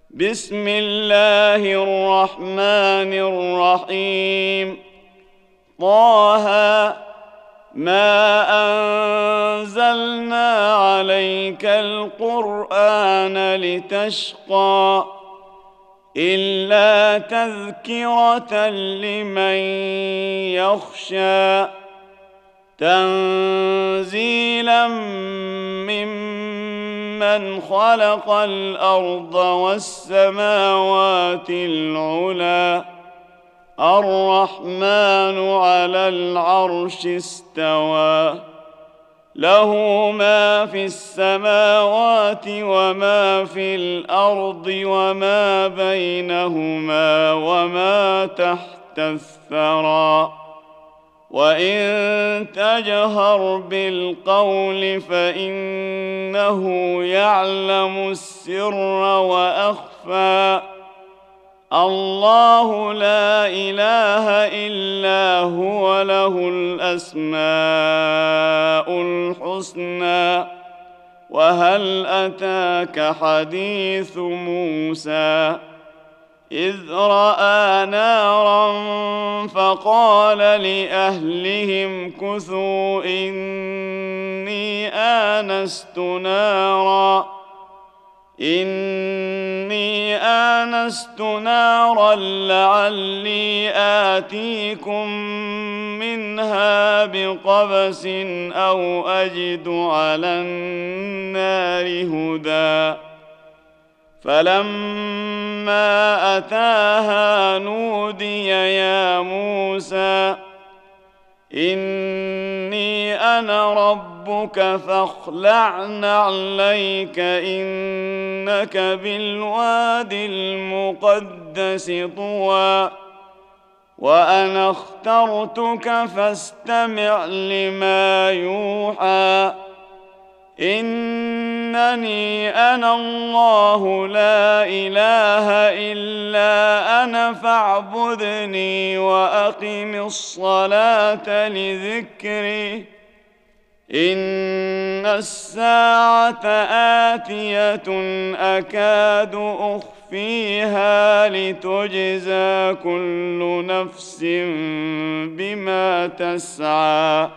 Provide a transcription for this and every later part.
بسم الله الرحمن الرحيم. طه ما أنزلنا عليك القرآن لتشقى إلا تذكرة لمن يخشى تنزيلا ممن خلق الأرض والسماوات العلى الرحمن على العرش استوى له ما في السماوات وما في الأرض وما بينهما وما تحت الثرى وإن تجهر بالقول فإنه يعلم السر وأخفى الله لا إله إلا هو له الأسماء الحسنى وهل أتاك حديث موسى إذ رأى نارا فقال لأهلهم كثوا إني آنست نارا لعلي آتيكم منها بقبس أو أجد على النار هدى فلما أتاها نودي يا موسى إني أنا ربك فاخلع نعليك إنك بالواد المقدس طوى وأنا اخترتك فاستمع لما يوحى إنني أنا الله لا إله إلا أنا فاعبدني وأقم الصلاة لذكري إن الساعة آتية أكاد أخفيها لتجزى كل نفس بما تسعى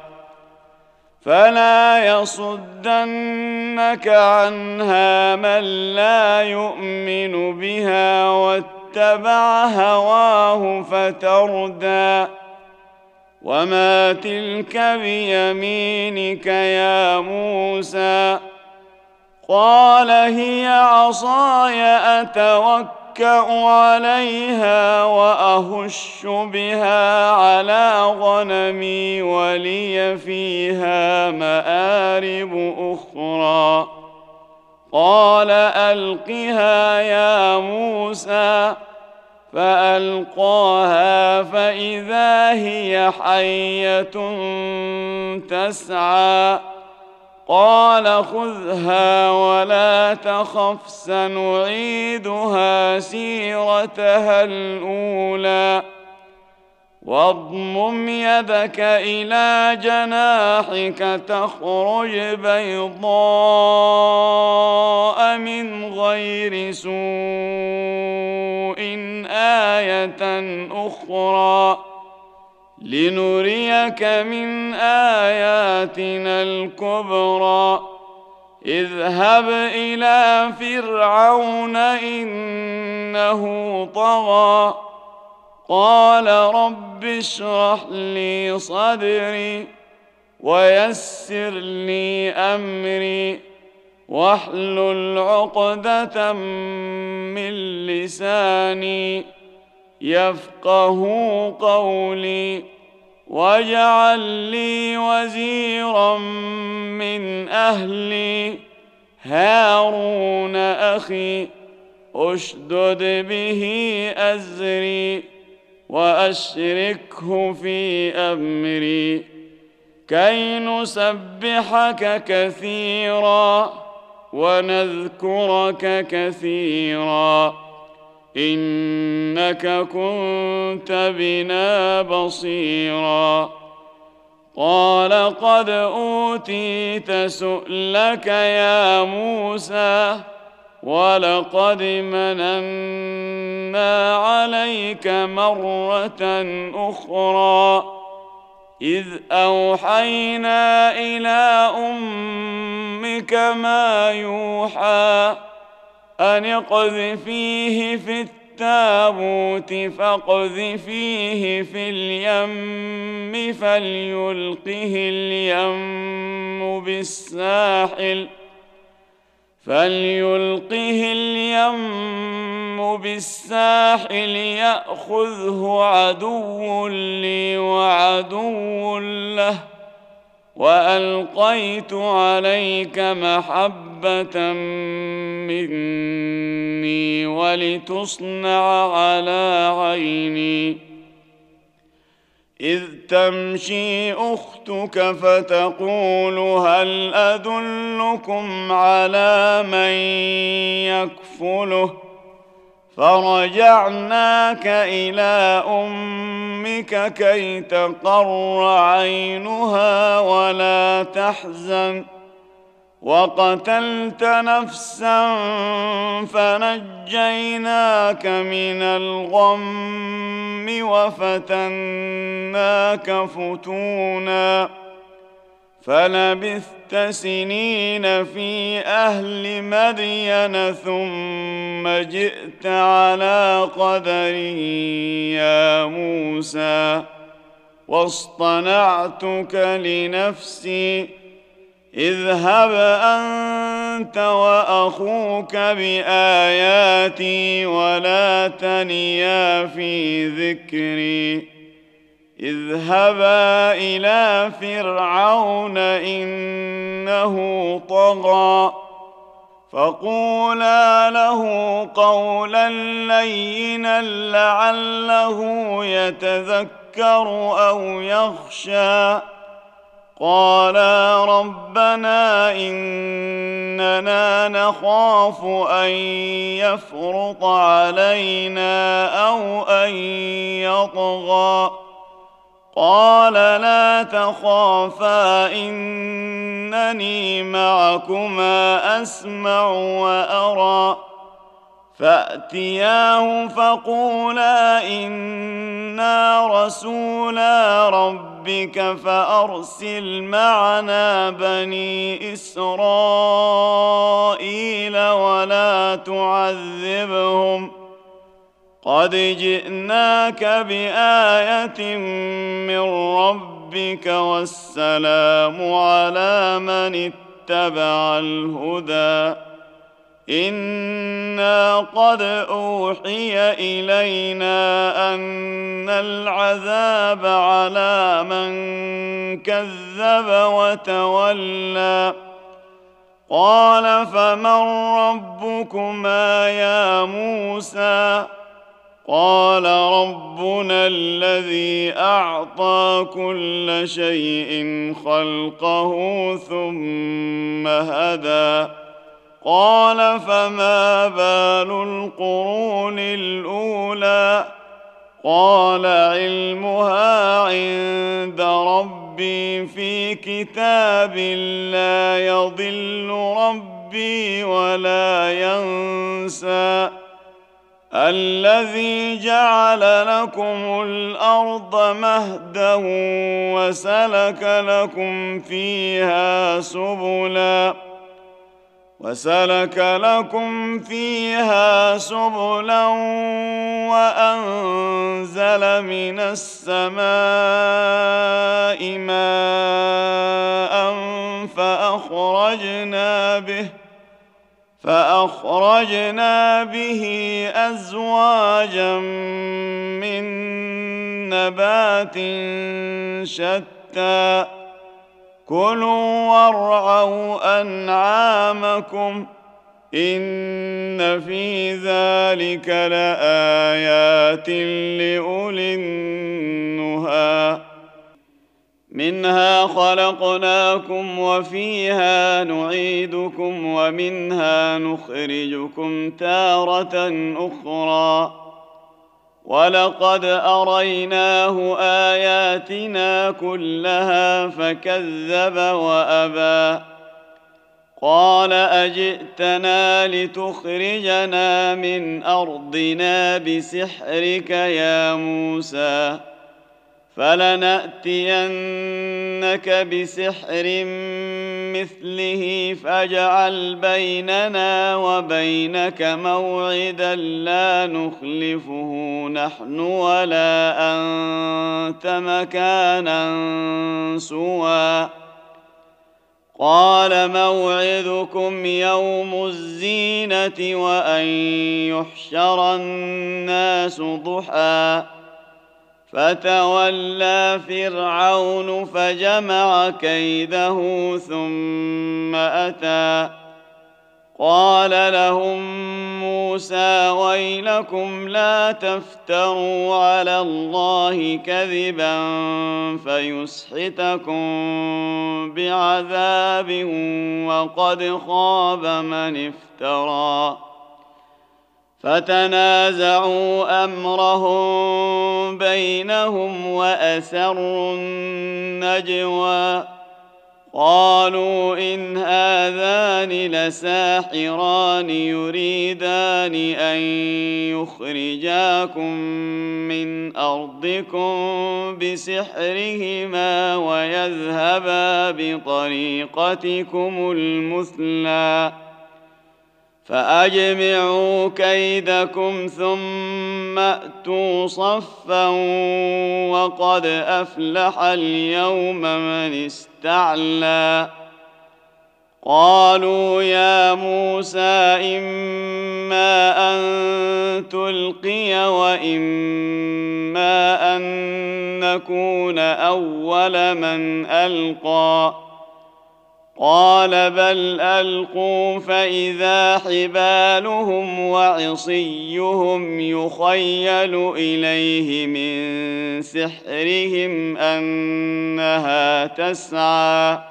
فلا يصدنك عنها من لا يؤمن بها واتبع هواه فتردى وما تلك بيمينك يا موسى قال هي عصاي أتوكأ عليها وأهش بها على غنمي ولي فيها مآرب أخرى قال ألقها يا موسى فألقاها فإذا هي حية تسعى قال خذها ولا تخف سنعيدها سيرتها الأولى واضمم يدك إلى جناحك تخرج بيضاء من غير سوء آية أخرى لنريك من آياتنا الكبرى اذهب إلى فرعون إنه طغى قال رب اشرح لي صدري ويسر لي أمري واحلل عقدة من لساني يفقه قولي واجعل لي وزيرا من أهلي هارون أخي أشدد به أزري وأشركه في أمري كي نسبحك كثيرا ونذكرك كثيرا إنك كنت بنا بصيرا قال قد أوتيت سؤلك يا موسى ولقد مننا عليك مرة أخرى إذ أوحينا إلى أمك ما يوحى أن اقذفيه في التابوت فاقذفيه في اليم فليلقه اليم بالساحل يأخذه عدو لي وعدو له وألقيت عليك محبة مني ولتصنع على عيني إذ تمشي أختك فتقول هل أدلكم على من يكفله فرجعناك إلى أمك كي تقر عينها ولا تحزن وقتلت نفسا فنجيناك من الغم وفتناك فتونا فلبثت سنين في أهل مدين ثم جئت على قدر يا موسى واصطنعتك لنفسي اذهب أنت وأخوك بآياتي ولا تنيا في ذكري اذهبا إلى فرعون إنه طغى فقولا له قولا لينا لعله يتذكر أو يخشى قالا ربنا إننا نخاف أن يفرط علينا أو أن يطغى قال لا تخافا إنني معكما أسمع وأرى فأتياه فقولا إنا رسولا ربك فأرسل معنا بني إسرائيل ولا تعذبهم قد جئناك بآية من ربك والسلام على من اتبع الهدى إنا قد أوحي إلينا أن العذاب على من كذب وتولى قال فمن ربكما يا موسى قال ربنا الذي أعطى كل شيء خلقه ثم هدى قال فما بال القرون الأولى قال علمها عند ربي في كتاب لا يضل ربي ولا ينسى الذي جعل لكم الأرض مهدا وسلك لكم فيها سبلا وأنزل من السماء ماء فأخرجنا به أزواجا من نبات شتى كلوا وارعوا أنعامكم إن في ذلك لآيات لأولي النهى منها خلقناكم وفيها نعيدكم ومنها نخرجكم تارة أخرى ولقد أريناه آياتنا كلها فكذب وأبى قال أجئتنا لتخرجنا من أرضنا بسحرك يا موسى فلنأتينك بسحر مثله فاجعل بيننا وبينك موعدا لا نخلفه نحن ولا أنت مكانا سوى قال موعدكم يوم الزينة وأن يحشر الناس ضحى فتولى فرعون فجمع كيده ثم أتى قال لهم موسى ويلكم لا تفتروا على الله كذبا فيسحتكم بعذاب وقد خاب من افترى فتنازعوا أمرهم بينهم وأسروا النجوى قالوا إن هذان لساحران يريدان أن يخرجاكم من أرضكم بسحرهما ويذهبا بطريقتكم المثلى فأجمعوا كيدكم ثم أتوا صفا وقد أفلح اليوم من استعلى قالوا يا موسى إما أن تلقي وإما أن نكون أول من ألقى قال بل ألقوا فإذا حبالهم وعصيهم يخيل إليه من سحرهم أنها تسعى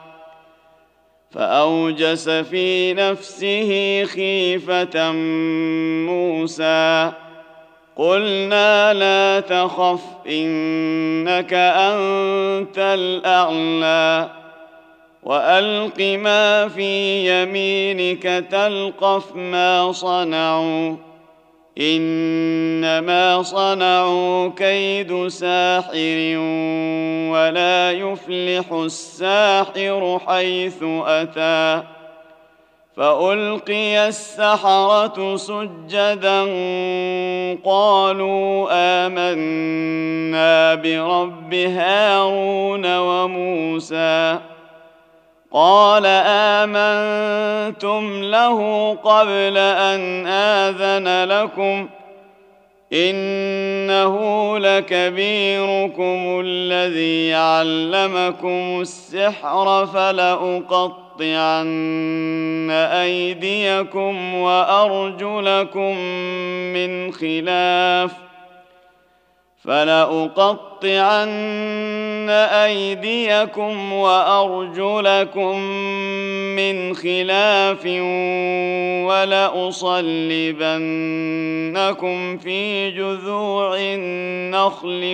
فأوجس في نفسه خيفة موسى قلنا لا تخف إنك أنت الأعلى وألق ما في يمينك تلقف ما صنعوا إنما صنعوا كيد ساحر ولا يفلح الساحر حيث أتى فألقي السحرة سجدا قالوا آمنا برب هارون وموسى قال آمنتم له قبل أن آذن لكم إنه لكبيركم الذي علمكم السحر فلأقطعن أيديكم وأرجلكم من خلاف ولأصلبنكم في جذوع النخل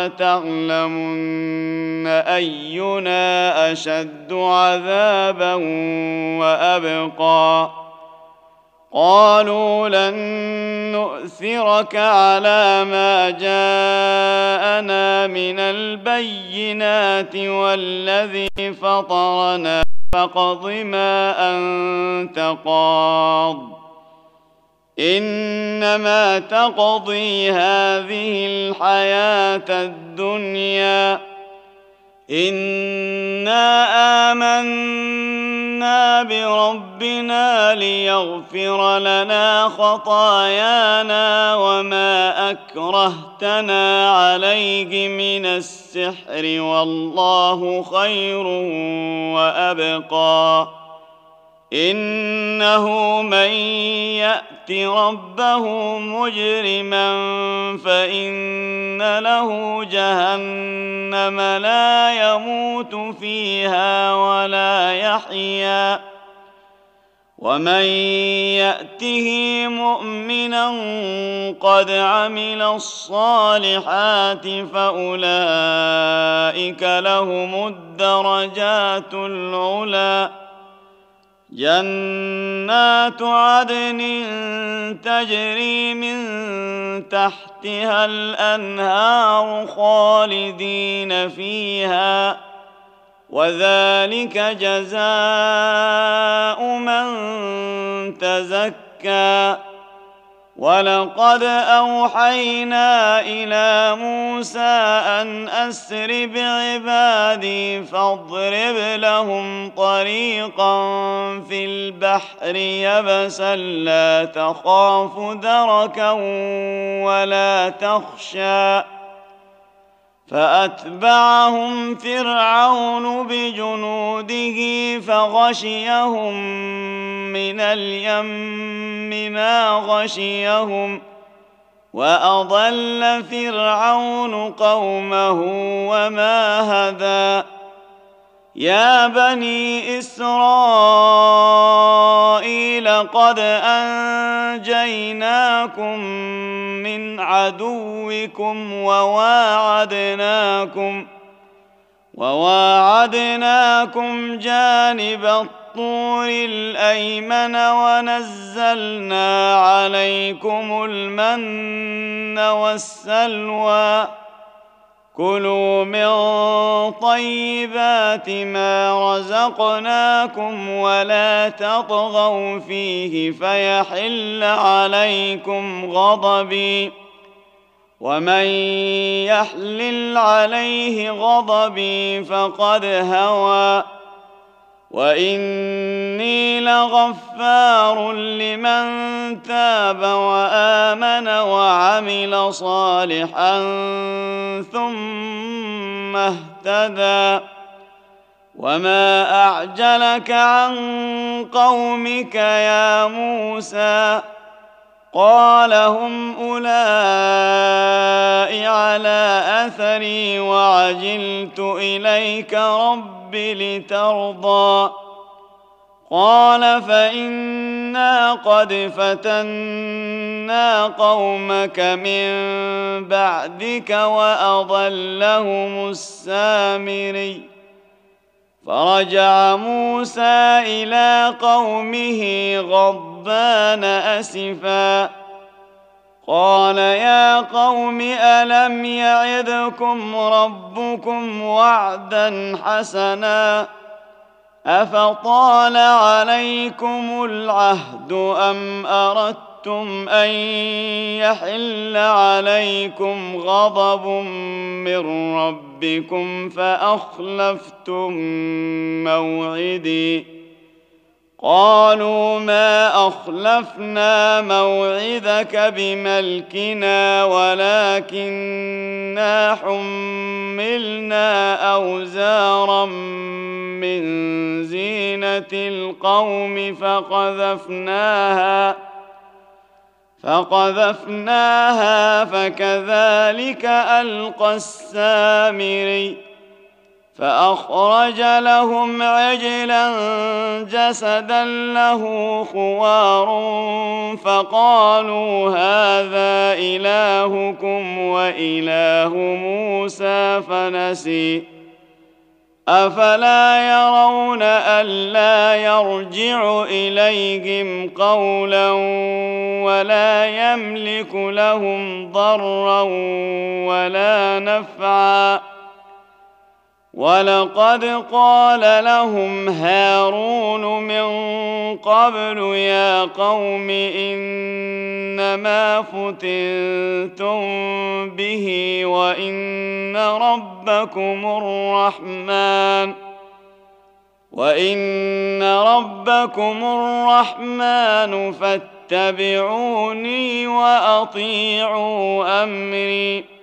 ولتعلمن أينا أشد عذابا وأبقى قالوا لن نؤثرك على ما جاءنا من البينات والذي فطرنا فاقض ما أنت قاض إنما تقضي هذه الحياة الدنيا إنا آمنا بربنا ليغفر لنا خطايانا وما أكرهتنا عليه من السحر والله خير وأبقى إنه من يأت ربه مجرما فإن له جهنم لا يموت فيها ولا يحيا ومن يأته مؤمنا قد عمل الصالحات فأولئك لهم الدرجات العلى جنات عدن تجري من تحتها الأنهار خالدين فيها، وذلك جزاء من تزكى. ولقد أوحينا إلى موسى أن أسر بعبادي فاضرب لهم طريقا في البحر يبسا لا تخاف دركا ولا تخشى. فأتبعهم فرعون بجنوده فغشيهم من اليم ما غشيهم، وأضل فرعون قومه وما هدى. يا بني إسرائيل قد أنجيناكم من عدوكم وواعدناكم جانب الطور الأيمن ونزلنا عليكم المن والسلوى. كلوا من طيبات ما رزقناكم ولا تطغوا فيه فيحل عليكم غضبي، ومن يحلل عليه غضبي فقد هوى. وإني لغفار لمن تاب وآمن وعمل صالحا ثم اهتدى. وما أعجلك عن قومك يا موسى؟ قال هم أولئك على أثري وعجلت إليك رب لترضى. قال فإنا قد فتنا قومك من بعدك وأضلهم السامري. فرجع موسى إلى قومه غضبان أسفا قال يا قوم ألم يعدكم ربكم وعدا حسنا أفطال عليكم العهد أم أردتم أن يحل عليكم غضب من ربكم فأخلفتم موعدي؟ قالوا ما أخلفنا موعدك بملكنا ولكننا حملنا أوزارا من زينة القوم فقذفناها فكذلك ألقى السامري. فأخرج لهم عجلا جسدا له خوار فقالوا هذا إلهكم وإله موسى فنسي. أفلا يرون ألا يرجع إليهم قولا ولا يملك لهم ضرا ولا نفعا؟ ولقد قال لهم هارون من قبل يا قوم إنما فتنتم به وإن ربكم الرحمن فاتبعوني وأطيعوا أمري.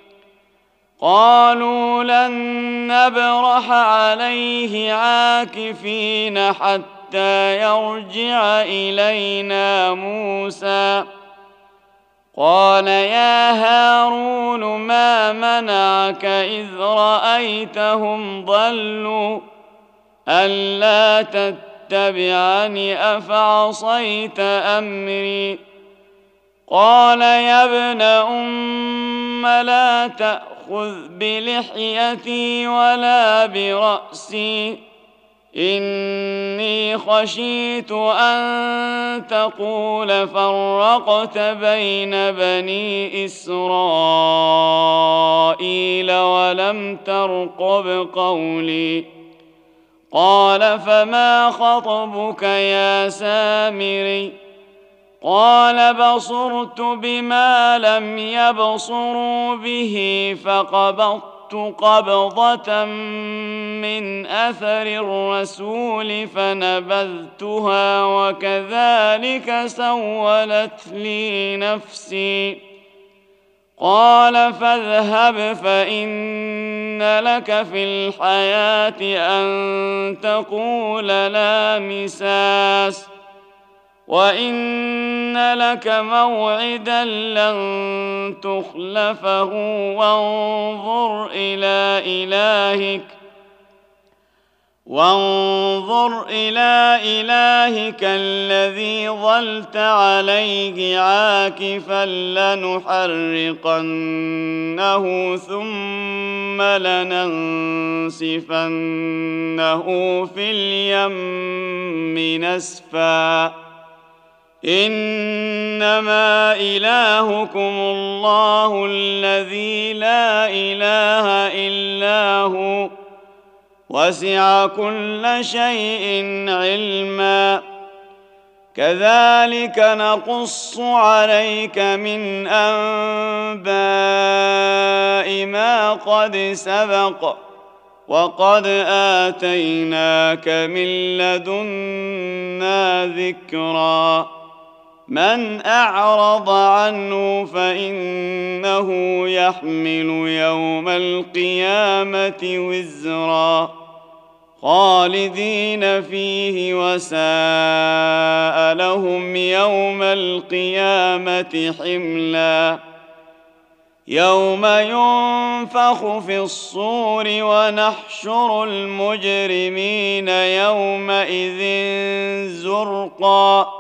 قالوا لن نبرح عليه عاكفين حتى يرجع إلينا موسى. قال يا هارون ما منعك إذ رأيتهم ضلوا ألا تتبعني أفعصيت أمري؟ قال يا ابن أم لا تأخذ بلحيتي ولا برأسي إني خشيت أن تقول فرقت بين بني إسرائيل ولم ترقب قولي قال فما خطبك يا سامري قال بصرت بما لم يبصروا به فقبضت قبضة من أثر الرسول فنبذتها وكذلك سولت لي نفسي قال فاذهب فإن لك في الحياة أن تقول لا مساس وإن لك موعدا لن تخلفه وانظر إلى إلهك الذي ظلت عليه عاكفا لنحرقنه ثم لننسفنه في اليم نسفا إنما إلهكم الله الذي لا إله إلا هو وسع كل شيء علما كذلك نقص عليك من أنباء ما قد سبق وقد آتيناك من لدنا ذكرا من أعرض عنه فإنه يحمل يوم القيامة وزرا خالدين فيه وساء لهم يوم القيامة حملا يوم ينفخ في الصور ونحشر المجرمين يومئذ زرقا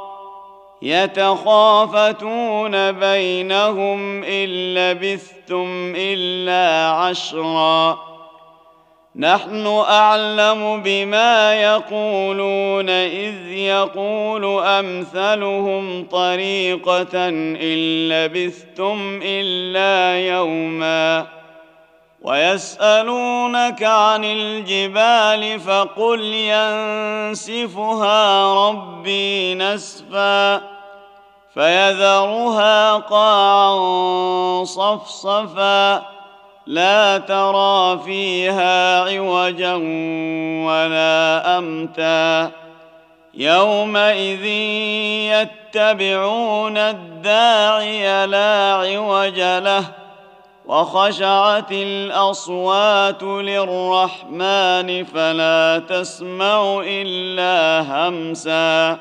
يتخافتون بينهم إن لبثتم إلا عشرا نحن أعلم بما يقولون إذ يقول أمثلهم طريقة إن لبثتم إلا يوما ويسألونك عن الجبال فقل ينسفها ربي نسفا فيذرها قاعا صفصفا لا ترى فيها عوجا ولا أمتا يومئذ يتبعون الداعي لا عوج له وخشعت الأصوات للرحمن فلا تسمع إلا همسا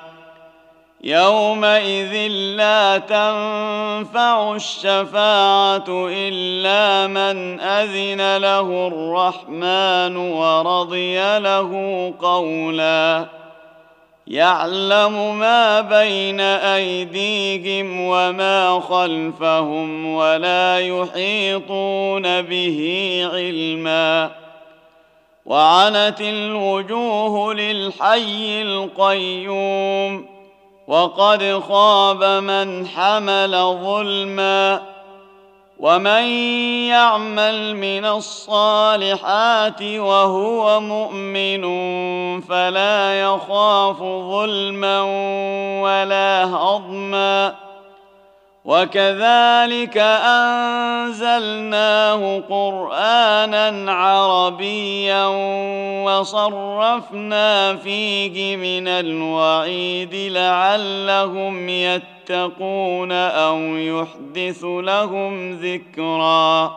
يومئذ لا تنفع الشفاعة إلا من أذن له الرحمن ورضي له قولا يعلم ما بين أيديهم وما خلفهم ولا يحيطون به علما وعنت الوجوه للحي القيوم وقد خاب من حمل ظلما ومن يعمل من الصالحات وهو مؤمن فلا يخاف ظلما ولا هضما وكذلك أنزلناه قرآنا عربيا وصرفنا فيه من الوعيد لعلهم يتقون أو يحدث لهم ذكرا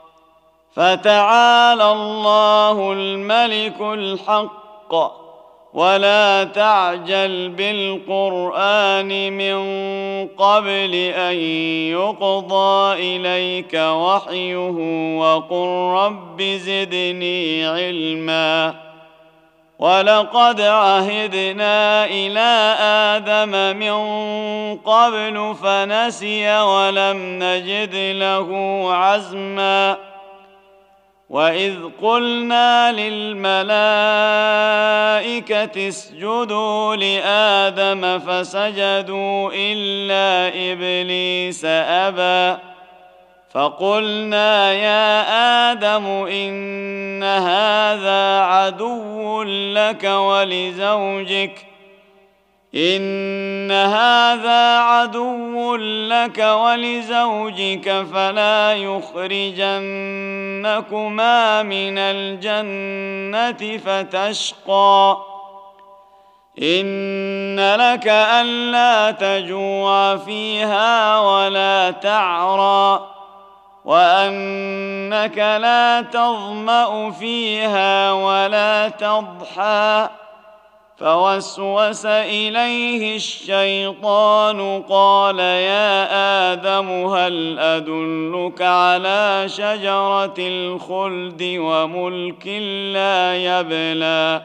فتعالى الله الملك الحق ولا تعجل بالقرآن من قبل أن يقضى إليك وحيه وقل رب زدني علما ولقد عهدنا إلى آدم من قبل فنسي ولم نجد له عزما وإذ قلنا للملائكة اسجدوا لآدم فسجدوا إلا إبليس أبى فقلنا يا آدم إن هذا عدو لك ولزوجك فلا يخرجنكما من الجنة فتشقى إن لك ألا تجوع فيها ولا تعرى وأنك لا تظمأ فيها ولا تضحى فوسوس إليه الشيطان قال يا آدم هل أدلك على شجرة الخلد وملك لا يبلى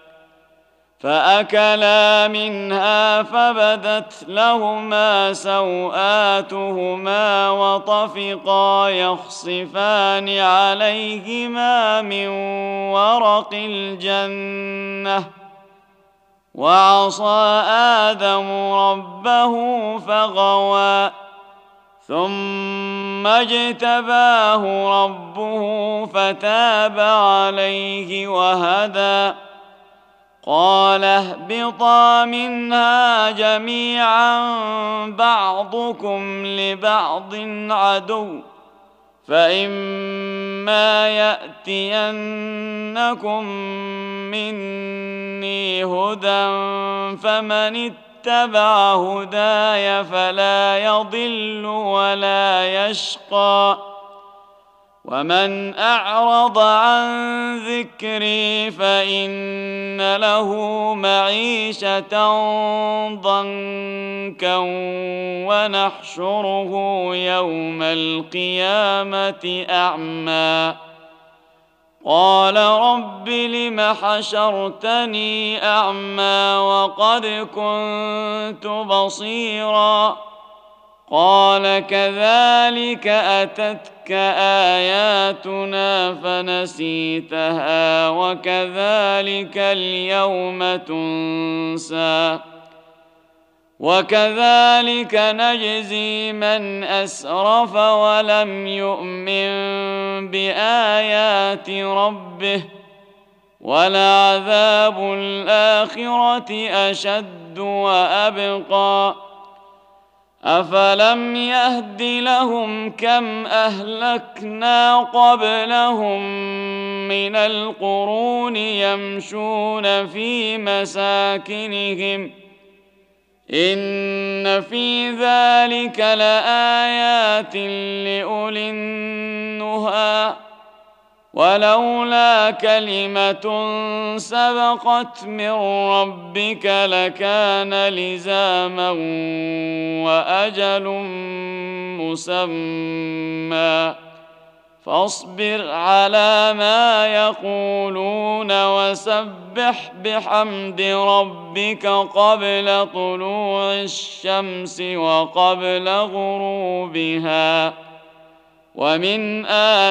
فأكلا منها فبدت لهما سوآتهما وطفقا يخصفان عليهما من ورق الجنة وعصى آدم ربه فغوى ثم اجتباه ربه فتاب عليه وهدى قال اهبطا منها جميعا بعضكم لبعض عدو فإما يأتينكم مني هدى فمن اتبع هداي فلا يضل ولا يشقى ومن أعرض عن ذكري فإن له معيشة ضنكا ونحشره يوم القيامة أعمى قال رب لم حشرتني أعمى وقد كنت بصيرا قال كذلك أتتك آياتنا فنسيتها وكذلك اليوم تنسى وكذلك نجزي من أسرف ولم يؤمن بآيات ربه ولعذاب الآخرة أشد وأبقى أفلم يهد لهم كم أهلكنا قبلهم من القرون يمشون في مساكنهم إن في ذلك لآيات لأولي النهى ولولا كلمة سبقت من ربك لكان لزاما وأجل مسمى فاصبر على ما يقولون وسبح بحمد ربك قبل طلوع الشمس وقبل غروبها ومن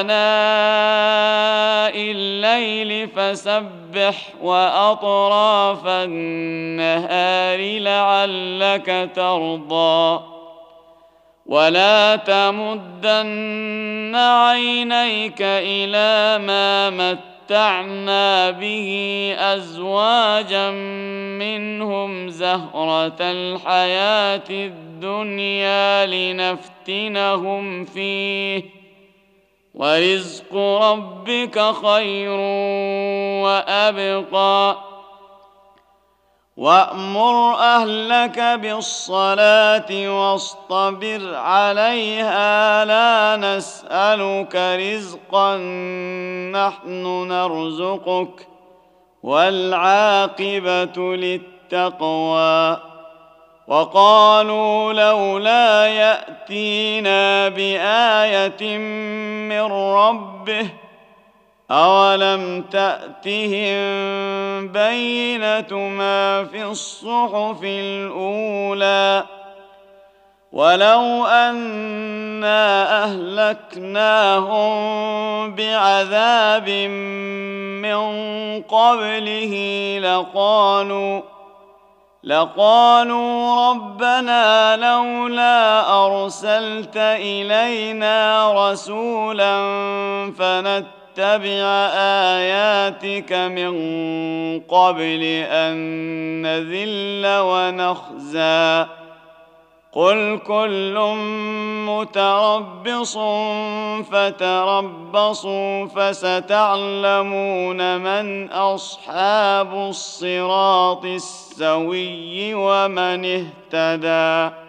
آناء الليل فسبح وأطراف النهار لعلك ترضى ولا تمدن عينيك إلى ما متعنا به أزواجا منهم زهرة الحياة الدنيا لنفتنهم فيه ورزق ربك خير وأبقى وأمر أهلك بالصلاة واصطبر عليها لا نسألك رزقا نحن نرزقك والعاقبة للتقوى وقالوا لولا يأتينا بآية من ربه أولم تأتهم بينة ما في الصحف الأولى ولو أنا أهلكناهم بعذاب من قبله لقالوا ربنا لولا أرسلت إلينا رسولا فنتبع آياتك من قبل أن نذل ونخزى قل كل متربص فتربصوا فستعلمون من أصحاب الصراط السوي ومن اهتدى.